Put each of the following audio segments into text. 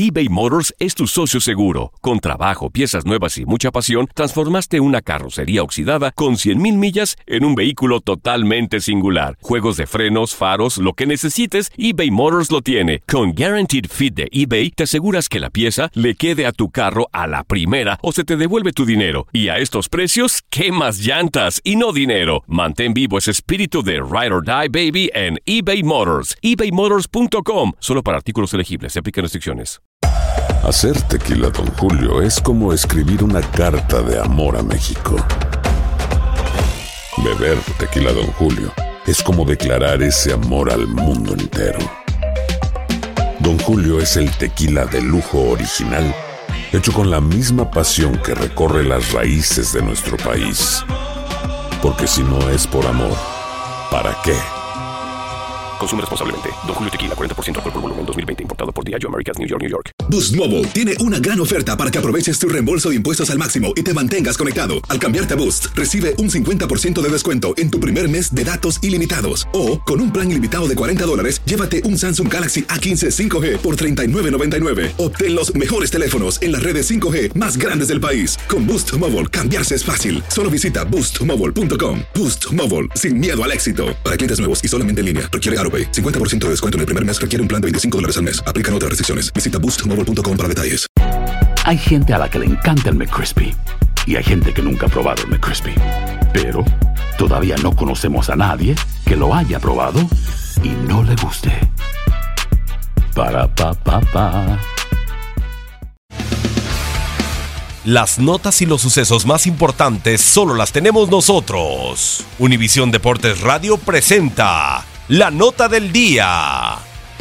eBay Motors es tu socio seguro. Con trabajo, piezas nuevas y mucha pasión, transformaste una carrocería oxidada con 100,000 millas en un vehículo totalmente singular. Juegos de frenos, faros, lo que necesites, eBay Motors lo tiene. Con Guaranteed Fit de eBay, te aseguras que la pieza le quede a tu carro a la primera o se te devuelve tu dinero. Y a estos precios, ¿qué más llantas y no dinero? Mantén vivo ese espíritu de Ride or Die, baby, en eBay Motors. ebaymotors.com. Solo para artículos elegibles. Se aplican restricciones. Hacer tequila Don Julio es como escribir una carta de amor a México. Beber tequila Don Julio es como declarar ese amor al mundo entero. Don Julio es el tequila de lujo original, hecho con la misma pasión que recorre las raíces de nuestro país. Porque si no es por amor, ¿para qué? Consume responsablemente. Don Julio Tequila, 40% alcohol por volumen, 2020. Importado por Diageo Americas, New York, New York. Boost Mobile tiene una gran oferta para que aproveches tu reembolso de impuestos al máximo y te mantengas conectado. Al cambiarte a Boost, recibe un 50% de descuento en tu primer mes de datos ilimitados. O, con un plan ilimitado de $40, llévate un Samsung Galaxy A15 5G por $39.99. Obtén los mejores teléfonos en las redes 5G más grandes del país. Con Boost Mobile, cambiarse es fácil. Solo visita boostmobile.com. Boost Mobile, sin miedo al éxito. Para clientes nuevos y solamente en línea, requiere AroPay. 50% de descuento en el primer mes requiere un plan de $25 al mes. Aplican otras restricciones. Visita boostmobile.com para detalles. Hay gente a la que le encanta el McCrispy y hay gente que nunca ha probado el McCrispy. Pero todavía no conocemos a nadie que lo haya probado y no le guste. Para pa pa pa. Las notas y los sucesos más importantes solo las tenemos nosotros. Univisión Deportes Radio presenta La Nota del Día.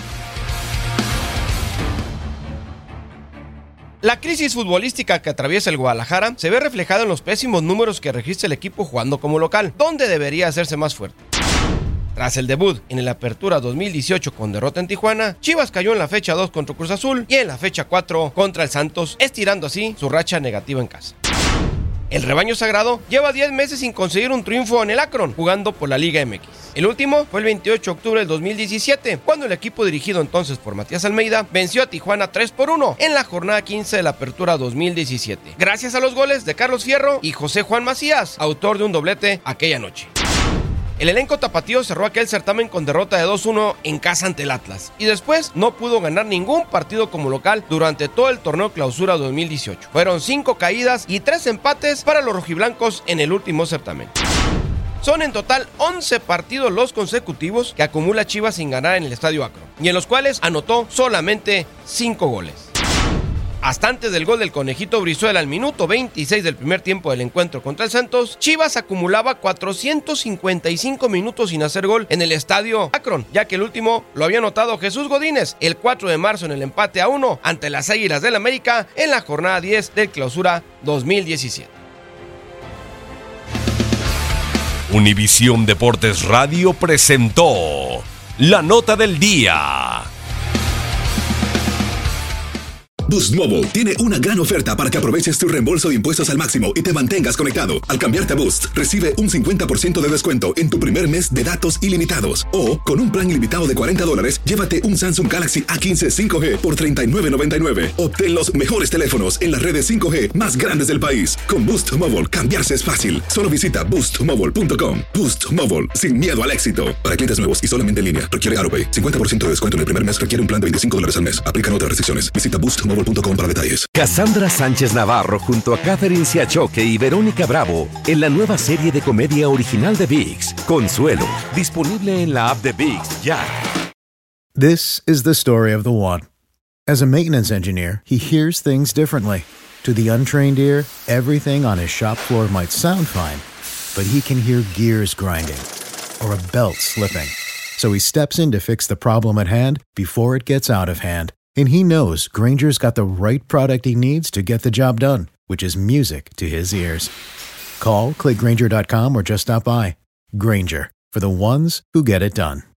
La crisis futbolística que atraviesa el Guadalajara se ve reflejada en los pésimos números que registra el equipo jugando como local, donde debería hacerse más fuerte. Tras el debut en el Apertura 2018 con derrota en Tijuana, Chivas cayó en la fecha 2 contra Cruz Azul y en la fecha 4 contra el Santos, estirando así su racha negativa en casa. El rebaño sagrado lleva 10 meses sin conseguir un triunfo en el Akron, jugando por la Liga MX. El último fue el 28 de octubre del 2017, cuando el equipo dirigido entonces por Matías Almeida venció a Tijuana 3-1 en la jornada 15 de la Apertura 2017, gracias a los goles de Carlos Fierro y José Juan Macías, autor de un doblete aquella noche. El elenco tapatío cerró aquel certamen con derrota de 2-1 en casa ante el Atlas y después no pudo ganar ningún partido como local durante todo el torneo Clausura 2018. Fueron 5 caídas y 3 empates para los rojiblancos en el último certamen. Son en total 11 partidos los consecutivos que acumula Chivas sin ganar en el Estadio Akron y en los cuales anotó solamente 5 goles. Hasta antes del gol del Conejito Brizuela al minuto 26 del primer tiempo del encuentro contra el Santos, Chivas acumulaba 455 minutos sin hacer gol en el estadio Akron, ya que el último lo había anotado Jesús Godínez el 4 de marzo en el empate a 1 ante las Águilas del América en la jornada 10 del Clausura 2017. Univisión Deportes Radio presentó La Nota del Día. Boost Mobile tiene una gran oferta para que aproveches tu reembolso de impuestos al máximo y te mantengas conectado. Al cambiarte a Boost, recibe un 50% de descuento en tu primer mes de datos ilimitados. O, con un plan ilimitado de $40, llévate un Samsung Galaxy A15 5G por $39.99. Obtén los mejores teléfonos en las redes 5G más grandes del país. Con Boost Mobile, cambiarse es fácil. Solo visita boostmobile.com. Boost Mobile, sin miedo al éxito. Para clientes nuevos y solamente en línea, requiere AroPay. 50% de descuento en el primer mes requiere un plan de $25 al mes. Aplican otras restricciones. Visita boostmobile.com para detalles. Cassandra Sánchez Navarro junto a Catherine Siachoque y Verónica Bravo en la nueva serie de comedia original de ViX, Consuelo, disponible en la app de ViX ya. This is the story of the one. As a maintenance engineer, he hears things differently. To the untrained ear, everything on his shop floor might sound fine, but he can hear gears grinding or a belt slipping. So he steps in to fix the problem at hand before it gets out of hand. And he knows Grainger's got the right product he needs to get the job done, which is music to his ears. Call, click Grainger.com, or just stop by. Grainger, for the ones who get it done.